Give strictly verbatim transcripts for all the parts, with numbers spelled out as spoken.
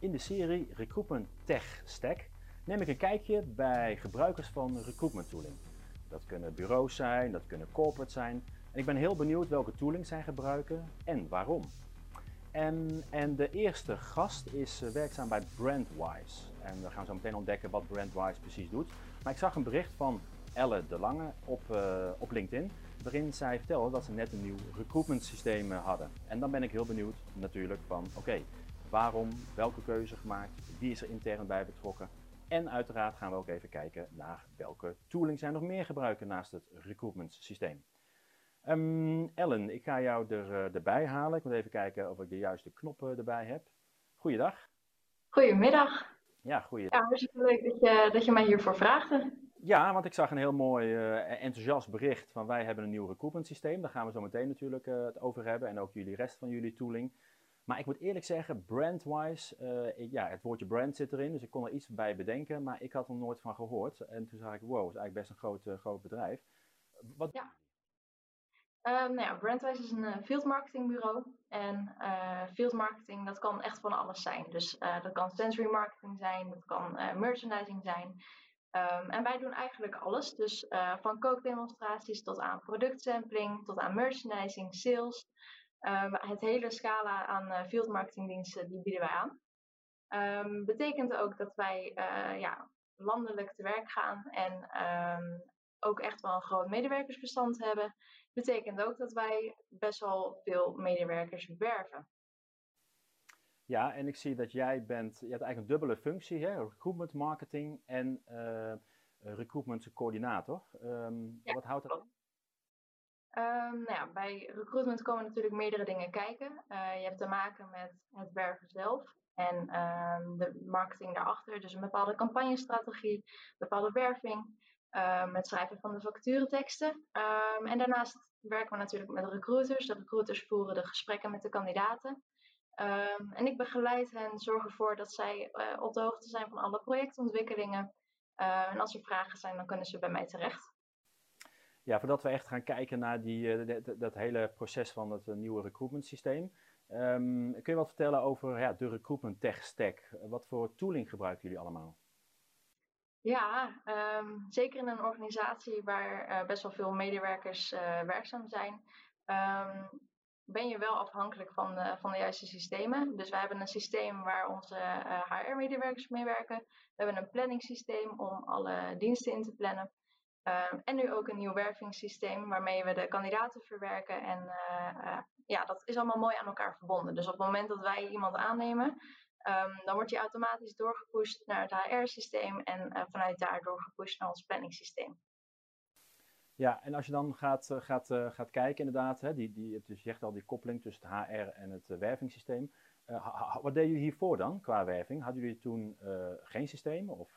In de serie Recruitment Tech Stack neem ik een kijkje bij gebruikers van recruitment tooling. Dat kunnen bureaus zijn, dat kunnen corporates zijn. En ik ben heel benieuwd welke tooling zij gebruiken en waarom. En, en de eerste gast is werkzaam bij Brandwise. En we gaan zo meteen ontdekken wat Brandwise precies doet. Maar ik zag een bericht van Elle de Lange op, uh, op LinkedIn, waarin zij vertelde dat ze net een nieuw recruitment systeem hadden. En dan ben ik heel benieuwd natuurlijk van oké, okay, waarom, welke keuze gemaakt, wie is er intern bij betrokken. En uiteraard gaan we ook even kijken naar welke tooling zij nog meer gebruiken naast het recruitment systeem. Um, Ellen, ik ga jou er, uh, erbij halen. Ik moet even kijken of ik de juiste knoppen erbij heb. Goeiedag. Goedemiddag. Ja, goeie. Ja, hartstikke leuk dat je, dat je mij hiervoor vraagde. Ja, want ik zag een heel mooi uh, enthousiast bericht van wij hebben een nieuw recruitment systeem. Daar gaan we zo meteen natuurlijk uh, het over hebben en ook jullie rest van jullie tooling. Maar ik moet eerlijk zeggen, Brandwise, uh, ik, ja, het woordje brand zit erin, dus ik kon er iets bij bedenken, maar ik had er nooit van gehoord. En toen zag ik, wow, het is eigenlijk best een groot, uh, groot bedrijf. Wat... Ja. Um, nou ja, Brandwise is een uh, field marketingbureau en uh, field marketing dat kan echt van alles zijn. Dus uh, dat kan sensory marketing zijn, dat kan uh, merchandising zijn. Um, en wij doen eigenlijk alles, dus uh, van kookdemonstraties tot aan productsampling, tot aan merchandising, sales. Um, het hele scala aan uh, field marketingdiensten die bieden wij aan. Um, betekent ook dat wij uh, ja, landelijk te werk gaan en um, ook echt wel een groot medewerkersbestand hebben. Betekent ook dat wij best wel veel medewerkers werven. Ja, en ik zie dat jij bent, je hebt eigenlijk een dubbele functie, hè? Recruitment marketing en uh, recruitment coördinator. Um, Ja, wat houdt dat in? Um, nou ja, bij recruitment komen natuurlijk meerdere dingen kijken. Uh, je hebt te maken met het werven zelf en um, de marketing daarachter. Dus een bepaalde campagnestrategie, bepaalde werving, um, het schrijven van de vacatureteksten. Um, en daarnaast werken we natuurlijk met recruiters. De recruiters voeren de gesprekken met de kandidaten. Um, en ik begeleid hen, zorg ervoor dat zij uh, op de hoogte zijn van alle projectontwikkelingen. Uh, en als er vragen zijn, dan kunnen ze bij mij terecht. Ja, voordat we echt gaan kijken naar die, uh, de, de, dat hele proces van het uh, nieuwe recruitment systeem. Um, kun je wat vertellen over ja, de recruitment tech stack? Wat voor tooling gebruiken jullie allemaal? Ja, um, zeker in een organisatie waar uh, best wel veel medewerkers uh, werkzaam zijn, um, ben je wel afhankelijk van de, van de juiste systemen. Dus wij hebben een systeem waar onze uh, H R-medewerkers mee werken. We hebben een planningssysteem om alle diensten in te plannen. Um, en nu ook een nieuw wervingssysteem waarmee we de kandidaten verwerken. En uh, uh, ja, dat is allemaal mooi aan elkaar verbonden. Dus op het moment dat wij iemand aannemen, Um, dan wordt die automatisch doorgepusht naar het H R-systeem en uh, vanuit daar doorgepusht naar ons planningssysteem. Ja, en als je dan gaat, uh, gaat, uh, gaat kijken inderdaad, hè, die, die, dus je zegt al die koppeling tussen het H R en het uh, wervingssysteem. Uh, ha, wat deden jullie hiervoor dan qua werving? Hadden jullie toen uh, geen systeem? Of?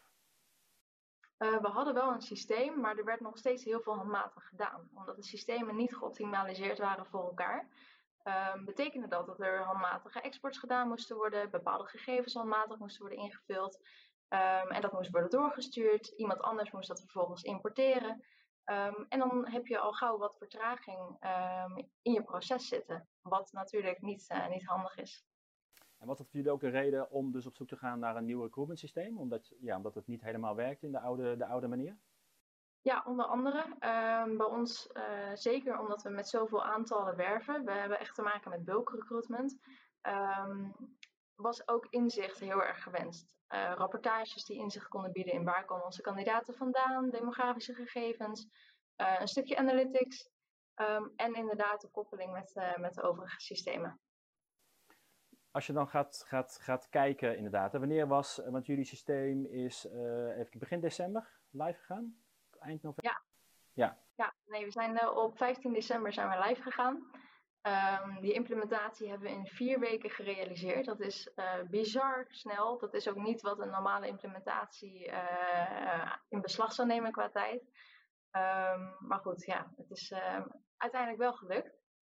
Uh, we hadden wel een systeem, maar er werd nog steeds heel veel handmatig gedaan. Omdat de systemen niet geoptimaliseerd waren voor elkaar. Um, betekende dat dat er handmatige exports gedaan moesten worden, bepaalde gegevens handmatig moesten worden ingevuld. Um, en dat moest worden doorgestuurd. Iemand anders moest dat vervolgens importeren. Um, en dan heb je al gauw wat vertraging um, in je proces zitten. Wat natuurlijk niet, uh, niet handig is. En was dat voor jullie ook een reden om dus op zoek te gaan naar een nieuw recruitment systeem? Omdat, ja, omdat het niet helemaal werkt in de oude, de oude manier? Ja, onder andere. Um, bij ons uh, zeker omdat we met zoveel aantallen werven. We hebben echt te maken met bulk recruitment. Um, was ook inzicht heel erg gewenst. Uh, rapportages die inzicht konden bieden in waar komen onze kandidaten vandaan, demografische gegevens, uh, een stukje analytics um, en inderdaad de koppeling met, uh, met de overige systemen. Als je dan gaat, gaat, gaat kijken inderdaad, wanneer was, want jullie systeem is uh, even begin december live gegaan? Eind november? Ja. Ja. Ja, nee, we zijn uh, op vijftien december zijn we live gegaan. Um, die implementatie hebben we in vier weken gerealiseerd. Dat is uh, bizar snel. Dat is ook niet wat een normale implementatie uh, in beslag zou nemen qua tijd. Um, maar goed, ja, het is uh, uiteindelijk wel gelukt.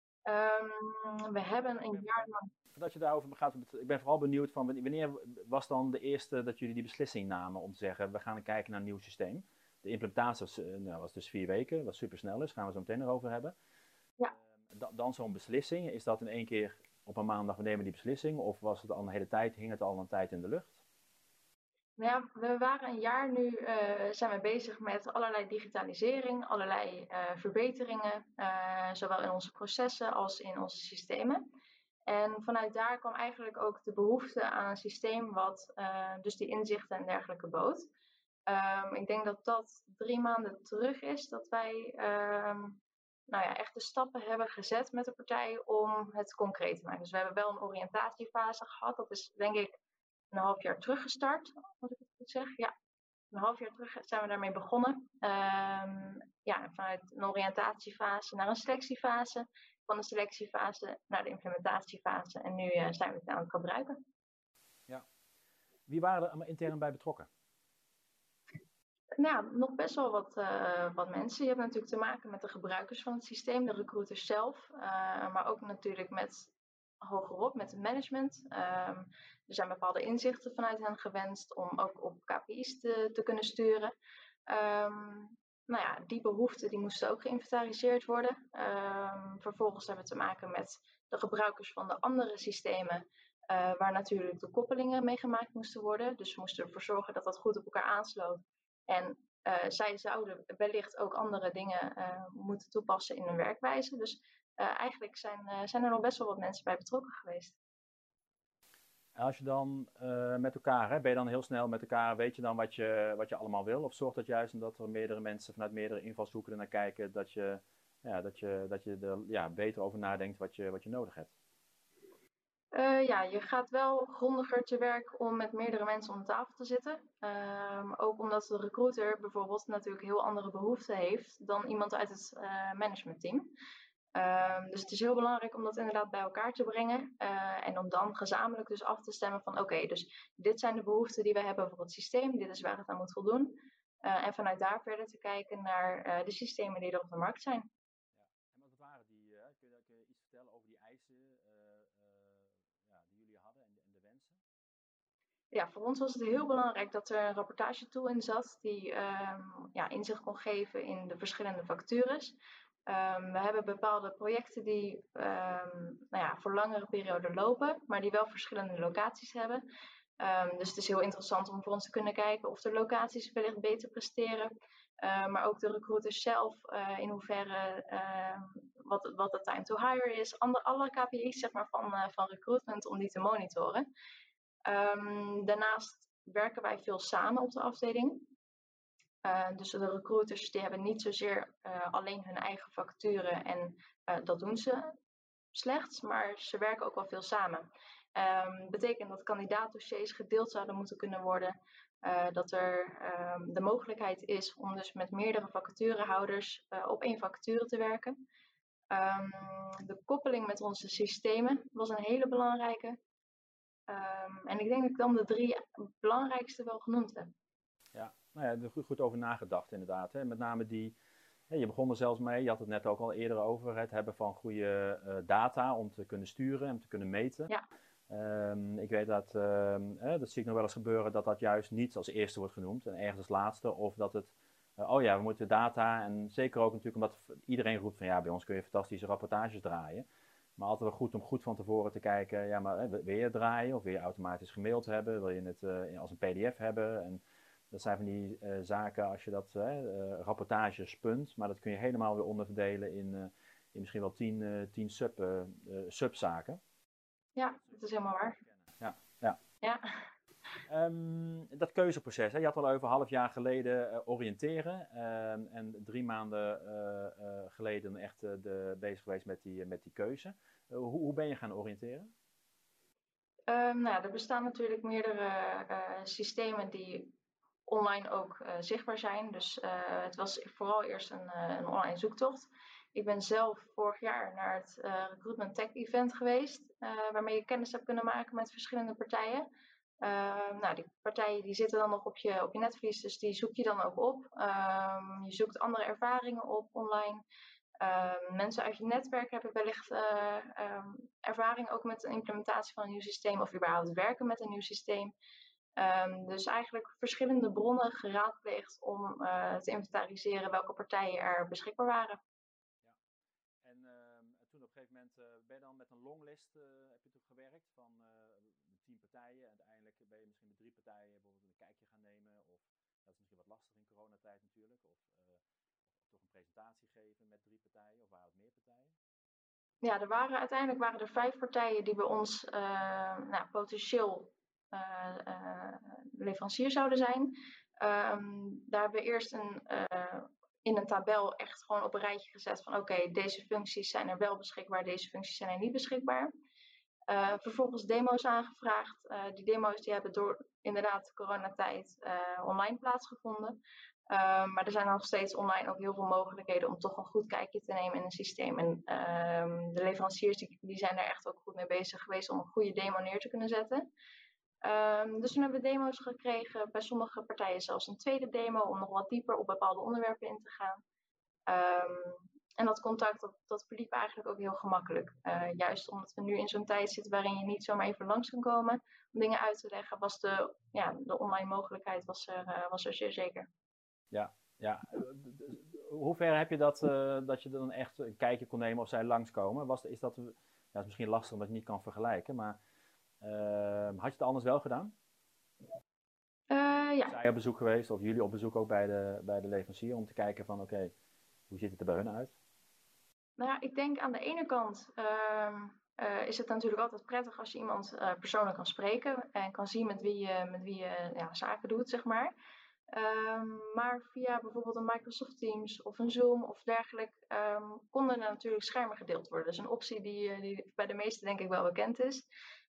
Um, we hebben een jaar lang... Voordat je daarover gaat, ik ben vooral benieuwd van wanneer was dan de eerste dat jullie die beslissing namen om te zeggen, we gaan kijken naar een nieuw systeem. De implementatie was, nou, was dus vier weken, wat super snel is, gaan we zo meteen erover hebben. Ja. Dan, dan zo'n beslissing, is dat in één keer op een maandag, we nemen die beslissing? Of was het al een hele tijd, hing het al een tijd in de lucht? Nou ja, we waren een jaar nu eh, zijn we bezig met allerlei digitalisering, allerlei eh, verbeteringen, eh, zowel in onze processen als in onze systemen. En vanuit daar kwam eigenlijk ook de behoefte aan een systeem wat eh, dus die inzichten en dergelijke bood. Ehm, ik denk dat dat drie maanden terug is dat wij ehm, nou ja, echt de stappen hebben gezet met de partij om het concreet te maken. Dus we hebben wel een oriëntatiefase gehad. Dat is denk ik een half jaar teruggestart, als ik het goed zeg. Ja, een half jaar terug zijn we daarmee begonnen. Ehm, ja, vanuit een oriëntatiefase naar een selectiefase. Van de selectiefase naar de implementatiefase. En nu uh, zijn we het aan het gebruiken. Ja. Wie waren er allemaal intern bij betrokken? Nou, ja, nog best wel wat, uh, wat mensen. Je hebt natuurlijk te maken met de gebruikers van het systeem, de recruiters zelf. Uh, maar ook natuurlijk met hogerop, met het management. Um, er zijn bepaalde inzichten vanuit hen gewenst om ook op K P I's te, te kunnen sturen. Um, nou ja, die behoeften die moesten ook geïnventariseerd worden. Um, vervolgens hebben we te maken met de gebruikers van de andere systemen. Uh, waar natuurlijk de koppelingen mee gemaakt moesten worden. Dus we moesten ervoor zorgen dat dat goed op elkaar aansloot. En uh, zij zouden wellicht ook andere dingen uh, moeten toepassen in hun werkwijze. Dus uh, eigenlijk zijn, uh, zijn er nog best wel wat mensen bij betrokken geweest. Als je dan uh, met elkaar, hè, ben je dan heel snel met elkaar, weet je dan wat je, wat je allemaal wil? Of zorgt dat juist omdat er meerdere mensen vanuit meerdere invalshoeken ernaar kijken, dat je, ja, dat je, dat je er ja, beter over nadenkt wat je, wat je nodig hebt? Uh, ja, je gaat wel grondiger te werk om met meerdere mensen om de tafel te zitten. Um, ook omdat de recruiter bijvoorbeeld natuurlijk heel andere behoeften heeft dan iemand uit het uh, managementteam. Um, dus het is heel belangrijk om dat inderdaad bij elkaar te brengen. Uh, en om dan gezamenlijk dus af te stemmen van oké, okay, dus dit zijn de behoeften die we hebben voor het systeem. Dit is waar het aan moet voldoen. Uh, en vanuit daar verder te kijken naar uh, de systemen die er op de markt zijn. Ja. En wat waren die, uh, kun, je, kun je iets vertellen over die eisen uh, uh, ja, die jullie hadden en de, en de wensen? Ja, voor ons was het heel belangrijk dat er een rapportagetool in zat die um, ja, inzicht kon geven in de verschillende vacatures. Um, we hebben bepaalde projecten die um, nou ja, voor langere perioden lopen, maar die wel verschillende locaties hebben. Um, dus het is heel interessant om voor ons te kunnen kijken of de locaties wellicht beter presteren. Uh, maar ook de recruiters zelf, uh, in hoeverre uh, wat, wat de time to hire is. Ander, alle K P I's zeg maar, van, uh, van recruitment om die te monitoren. Um, daarnaast werken wij veel samen op de afdeling. Uh, dus de recruiters die hebben niet zozeer uh, alleen hun eigen facturen en uh, dat doen ze slechts, maar ze werken ook wel veel samen. Um, betekent dat kandidaatdossiers gedeeld zouden moeten kunnen worden. Uh, dat er um, de mogelijkheid is om dus met meerdere vacaturehouders uh, op één vacature te werken. Um, de koppeling met onze systemen was een hele belangrijke. Um, en ik denk dat ik dan de drie belangrijkste wel genoemd heb. Ja, nou ja, er goed, goed over nagedacht inderdaad. Hè. Met name die, hè, je begon er zelfs mee, je had het net ook al eerder over, het hebben van goede uh, data om te kunnen sturen en te kunnen meten. Ja. Um, ik weet dat, um, eh, dat zie ik nog wel eens gebeuren, dat dat juist niet als eerste wordt genoemd en ergens als laatste. Of dat het, uh, oh ja, we moeten data en zeker ook natuurlijk omdat iedereen roept van ja, bij ons kun je fantastische rapportages draaien. Maar altijd wel goed om goed van tevoren te kijken, ja, maar wil je het draaien of wil je automatisch gemaild hebben, wil je het uh, als een P D F hebben? En dat zijn van die uh, zaken als je dat uh, uh, rapportages punt, maar dat kun je helemaal weer onderverdelen in, uh, in misschien wel tien, uh, tien sub, uh, uh, subzaken. Ja, dat is helemaal waar. Ja, ja. Ja. Um, dat keuzeproces, hè? Je had al over een half jaar geleden uh, oriënteren um, en drie maanden uh, uh, geleden echt uh, de, bezig geweest met die, uh, met die keuze. Uh, hoe, hoe ben je gaan oriënteren? Um, nou, er bestaan natuurlijk meerdere uh, systemen die online ook uh, zichtbaar zijn. Dus uh, het was vooral eerst een, uh, een online zoektocht. Ik ben zelf vorig jaar naar het uh, Recruitment Tech Event geweest, uh, waarmee je kennis hebt kunnen maken met verschillende partijen. Uh, nou, die partijen die zitten dan nog op je, op je netvlies, dus die zoek je dan ook op. Um, je zoekt andere ervaringen op online. Um, mensen uit je netwerk hebben wellicht uh, um, ervaring ook met de implementatie van een nieuw systeem of überhaupt werken met een nieuw systeem. Um, dus eigenlijk verschillende bronnen geraadpleegd om uh, te inventariseren welke partijen er beschikbaar waren. Ja. En uh, toen op een gegeven moment, uh, ben je dan met een longlist uh, heb je toen gewerkt van uh, de tien partijen. En uiteindelijk ben je misschien met drie partijen bijvoorbeeld een kijkje gaan nemen. Of dat is misschien wat lastig in coronatijd natuurlijk. Of, uh, of, of toch een presentatie geven met drie partijen. Of waren het meer partijen? Ja, er waren uiteindelijk waren er vijf partijen die bij ons uh, nou, potentieel uh, uh, leverancier zouden zijn. Um, daar hebben we eerst een, uh, in een tabel echt gewoon op een rijtje gezet van oké, okay, deze functies zijn er wel beschikbaar, deze functies zijn er niet beschikbaar. Uh, vervolgens demo's aangevraagd. Uh, die demo's die hebben door inderdaad de coronatijd uh, online plaatsgevonden. Uh, maar er zijn nog steeds online ook heel veel mogelijkheden om toch een goed kijkje te nemen in een systeem. En uh, de leveranciers die, die zijn daar echt ook goed mee bezig geweest om een goede demo neer te kunnen zetten. Um, dus toen hebben we demo's gekregen, bij sommige partijen zelfs een tweede demo om nog wat dieper op bepaalde onderwerpen in te gaan. Um, en dat contact, dat, dat verliep eigenlijk ook heel gemakkelijk. Uh, juist omdat we nu in zo'n tijd zitten waarin je niet zomaar even langs kan komen om dingen uit te leggen, was de, ja, de online mogelijkheid was er, uh, was er zeer zeker. Ja, ja. Hoe ver heb je dat, uh, dat je dan echt een kijkje kon nemen of zij langskomen? Was, is dat, ja, dat is misschien lastig omdat je niet kan vergelijken, maar uh, had je het anders wel gedaan? Uh, ja. Zijn jij op bezoek geweest of jullie op bezoek ook bij de, bij de leverancier om te kijken van oké, okay, hoe ziet het er bij hun uit? Nou ja, ik denk aan de ene kant uh, uh, is het natuurlijk altijd prettig als je iemand uh, persoonlijk kan spreken en kan zien met wie je, met wie je ja, zaken doet, zeg maar. Um, maar via bijvoorbeeld een Microsoft Teams of een Zoom of dergelijke um, konden er natuurlijk schermen gedeeld worden. Dat is een optie die, die bij de meesten denk ik wel bekend is.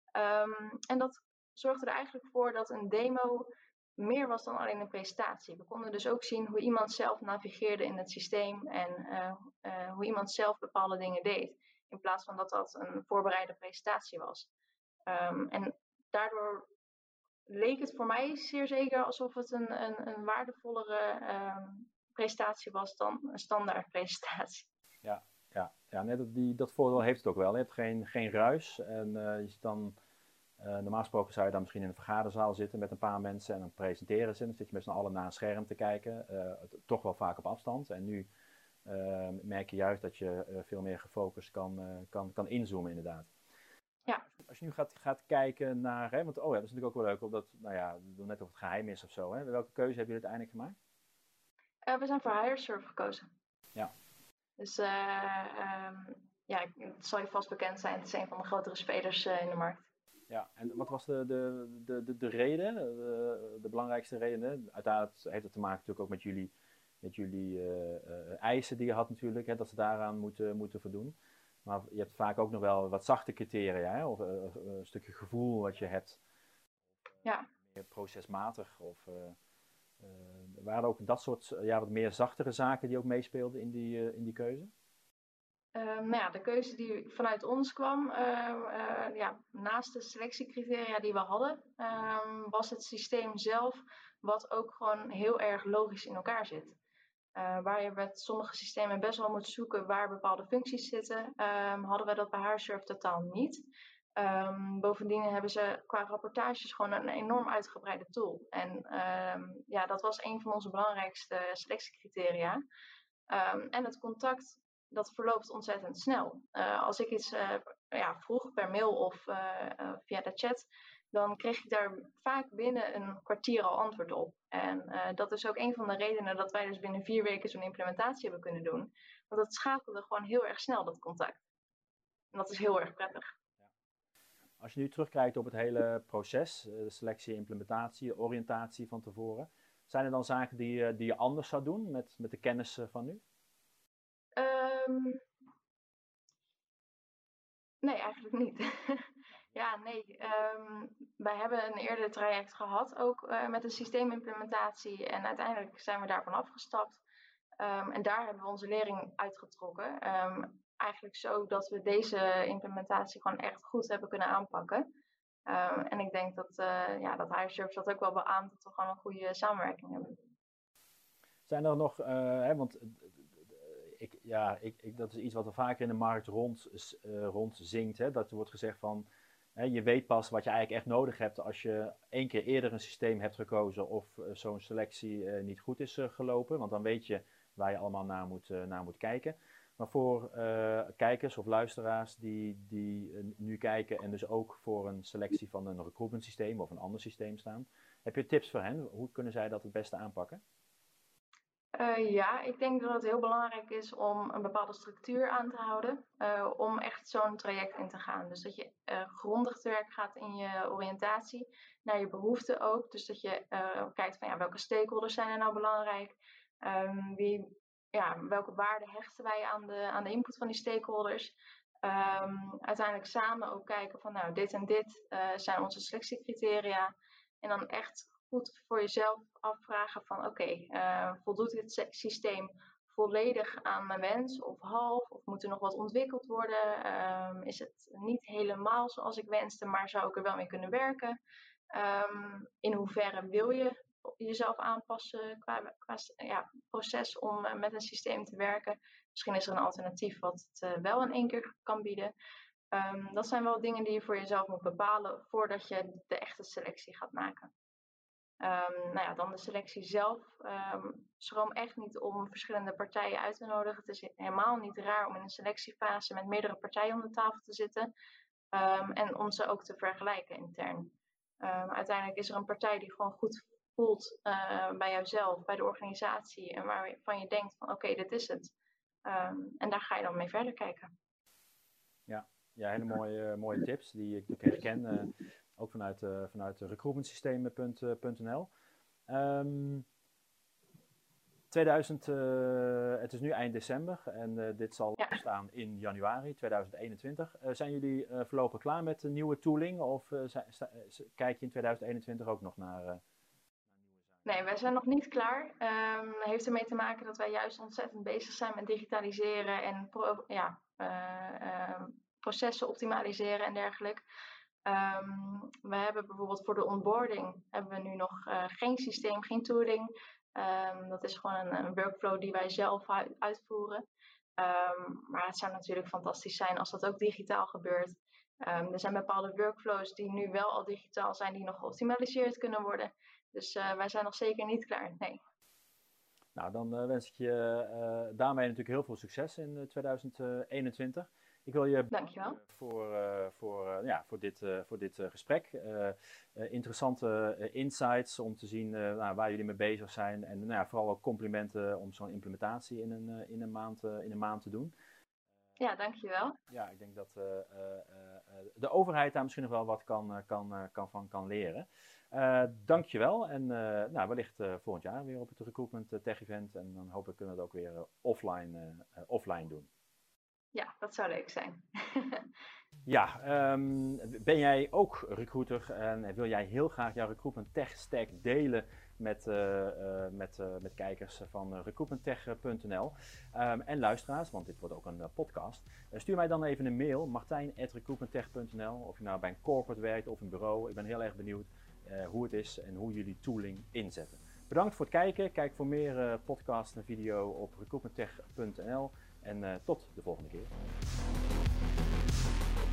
Um, en dat zorgde er eigenlijk voor dat een demo meer was dan alleen een presentatie. We konden dus ook zien hoe iemand zelf navigeerde in het systeem en uh, uh, hoe iemand zelf bepaalde dingen deed. In plaats van dat dat een voorbereide presentatie was. Um, en daardoor leek het voor mij zeer zeker alsof het een, een, een waardevollere um, presentatie was dan een standaard presentatie. Ja, ja, ja net dat, die, dat voordeel heeft het ook wel. Je hebt geen, geen ruis en uh, je zit dan... Uh, normaal gesproken zou je dan misschien in een vergaderzaal zitten met een paar mensen en dan presenteren ze. Dan zit je met z'n allen naar een scherm te kijken, uh, toch wel vaak op afstand. En nu uh, merk je juist dat je uh, veel meer gefocust kan, uh, kan, kan inzoomen inderdaad. Ja. Als, als je nu gaat, gaat kijken naar, hè, want oh ja, dat is natuurlijk ook wel leuk, omdat, nou ja, we doen net of het geheim is of zo. Hè. Welke keuze hebben jullie uiteindelijk gemaakt? Uh, we zijn voor HireServe gekozen. Ja. Dus uh, um, ja, het zal je vast bekend zijn, het is een van de grotere spelers uh, in de markt. Ja, en wat was de, de, de, de, de reden, de, de belangrijkste reden? Uiteindelijk heeft het te maken natuurlijk ook met jullie, met jullie uh, uh, eisen die je had natuurlijk, hè, dat ze daaraan moeten, moeten voldoen. Maar je hebt vaak ook nog wel wat zachte criteria, hè, of uh, een stukje gevoel wat je hebt. Of, uh, ja. Meer procesmatig. Of, uh, uh, waren er ook dat soort ja, wat meer zachtere zaken die ook meespeelden in die, uh, in die keuze? Uh, nou ja, de keuze die vanuit ons kwam, uh, uh, ja, naast de selectiecriteria die we hadden, uh, was het systeem zelf wat ook gewoon heel erg logisch in elkaar zit. Uh, waar je met sommige systemen best wel moet zoeken waar bepaalde functies zitten, um, hadden we dat bij HireServe totaal niet. Um, bovendien hebben ze qua rapportages gewoon een enorm uitgebreide tool. En um, ja, dat was een van onze belangrijkste selectiecriteria. Um, en het contact, dat verloopt ontzettend snel. Uh, als ik iets uh, ja, vroeg per mail of uh, uh, via de chat, dan kreeg ik daar vaak binnen een kwartier al antwoord op. En uh, dat is ook een van de redenen dat wij dus binnen vier weken zo'n implementatie hebben kunnen doen. Want dat schakelde gewoon heel erg snel, dat contact. En dat is heel erg prettig. Ja. Als je nu terugkijkt op het hele proces, de selectie, implementatie, de oriëntatie van tevoren, zijn er dan zaken die, die je anders zou doen met, met de kennis van nu? Um, nee, eigenlijk niet. Ja, nee. Um, wij hebben een eerder traject gehad, ook uh, met een systeemimplementatie. En uiteindelijk zijn we daarvan afgestapt. Um, en daar hebben we onze lering uitgetrokken. Um, eigenlijk zo dat we deze implementatie gewoon echt goed hebben kunnen aanpakken. Um, en ik denk dat, uh, ja, dat HireServe dat ook wel beaamt dat we gewoon een goede samenwerking hebben. Zijn er nog, uh, hè, want ik, ja, ik, ik, dat is iets wat er vaker in de markt rond, uh, rond zingt. Hè, dat er wordt gezegd van, hè, je weet pas wat je eigenlijk echt nodig hebt als je één keer eerder een systeem hebt gekozen of uh, zo'n selectie uh, niet goed is uh, gelopen. Want dan weet je waar je allemaal naar moet, uh, naar moet kijken. Maar voor uh, kijkers of luisteraars die, die uh, nu kijken en dus ook voor een selectie van een recruitment systeem of een ander systeem staan, heb je tips voor hen? Hoe kunnen zij dat het beste aanpakken? Uh, ja, ik denk dat het heel belangrijk is om een bepaalde structuur aan te houden uh, om echt zo'n traject in te gaan. Dus dat je uh, grondig te werk gaat in je oriëntatie, naar je behoeften ook. Dus dat je uh, kijkt van ja, welke stakeholders zijn er nou belangrijk? Um, wie, ja, welke waarden hechten wij aan de, aan de input van die stakeholders? Um, uiteindelijk samen ook kijken van nou, dit en dit uh, zijn onze selectiecriteria. En dan echt goed voor jezelf afvragen van oké, okay, uh, voldoet dit systeem volledig aan mijn wens of half? Of moet er nog wat ontwikkeld worden? Um, is het niet helemaal zoals ik wenste, maar zou ik er wel mee kunnen werken? Um, in hoeverre wil je jezelf aanpassen qua, qua ja, proces om uh, met een systeem te werken? Misschien is er een alternatief wat het uh, wel in één keer kan bieden. Um, dat zijn wel dingen die je voor jezelf moet bepalen voordat je de echte selectie gaat maken. Um, nou ja, dan de selectie zelf. Um, schroom echt niet om verschillende partijen uit te nodigen. Het is helemaal niet raar om in een selectiefase met meerdere partijen om de tafel te zitten. Um, en om ze ook te vergelijken intern. Um, uiteindelijk is er een partij die gewoon goed voelt uh, bij jouzelf, bij de organisatie. En waarvan je denkt van oké, okay, dit is het. Um, en daar ga je dan mee verder kijken. Ja, ja hele mooie, mooie tips die ik natuurlijk herken. Uh, Ook vanuit, uh, vanuit recruitmentsystemen punt n l. Um, tweeduizend, uh, het is nu eind december en uh, dit zal ja. staan in januari tweeduizend eenentwintig. Uh, zijn jullie uh, voorlopig klaar met de nieuwe tooling of uh, sta, sta, kijk je in tweeduizend eenentwintig ook nog naar, uh, naar nieuwe zaken? Nee, wij zijn nog niet klaar. Um, heeft ermee te maken dat wij juist ontzettend bezig zijn met digitaliseren en pro, ja, uh, uh, processen optimaliseren en dergelijke. Um, we hebben bijvoorbeeld voor de onboarding hebben we nu nog uh, geen systeem, geen tooling. Um, dat is gewoon een, een workflow die wij zelf uitvoeren. Um, maar het zou natuurlijk fantastisch zijn als dat ook digitaal gebeurt. Um, er zijn bepaalde workflows die nu wel al digitaal zijn, die nog geoptimaliseerd kunnen worden. Dus uh, wij zijn nog zeker niet klaar, nee. Nou, dan uh, wens ik je uh, daarmee natuurlijk heel veel succes in uh, tweeduizend eenentwintig. Ik wil je Dankjewel. voor, uh, voor, uh, ja, voor dit, uh, voor dit uh, gesprek. Uh, uh, interessante uh, insights om te zien uh, nou, waar jullie mee bezig zijn. En nou, ja, vooral ook complimenten om zo'n implementatie in een, uh, in, een maand, uh, in een maand te doen. Ja, dankjewel. Ja, ik denk dat uh, uh, uh, de overheid daar misschien nog wel wat kan, uh, kan, uh, kan, van kan leren. Uh, dankjewel en uh, nou, wellicht uh, volgend jaar weer op het Recruitment Tech Event. En dan hopelijk kunnen we het ook weer uh, offline, uh, uh, offline doen. Ja, dat zou leuk zijn. Ja, um, ben jij ook recruiter en wil jij heel graag jouw recruitment tech stack delen met, uh, uh, met, uh, met kijkers van uh, recruitment tech punt n l um, en luisteraars, want dit wordt ook een uh, podcast. Uh, stuur mij dan even een mail, martijn at recruitment tech punt n l, of je nou bij een corporate werkt of een bureau. Ik ben heel erg benieuwd uh, hoe het is en hoe jullie tooling inzetten. Bedankt voor het kijken. Kijk voor meer uh, podcasts en video op recruitment tech punt n l en uh, tot de volgende keer.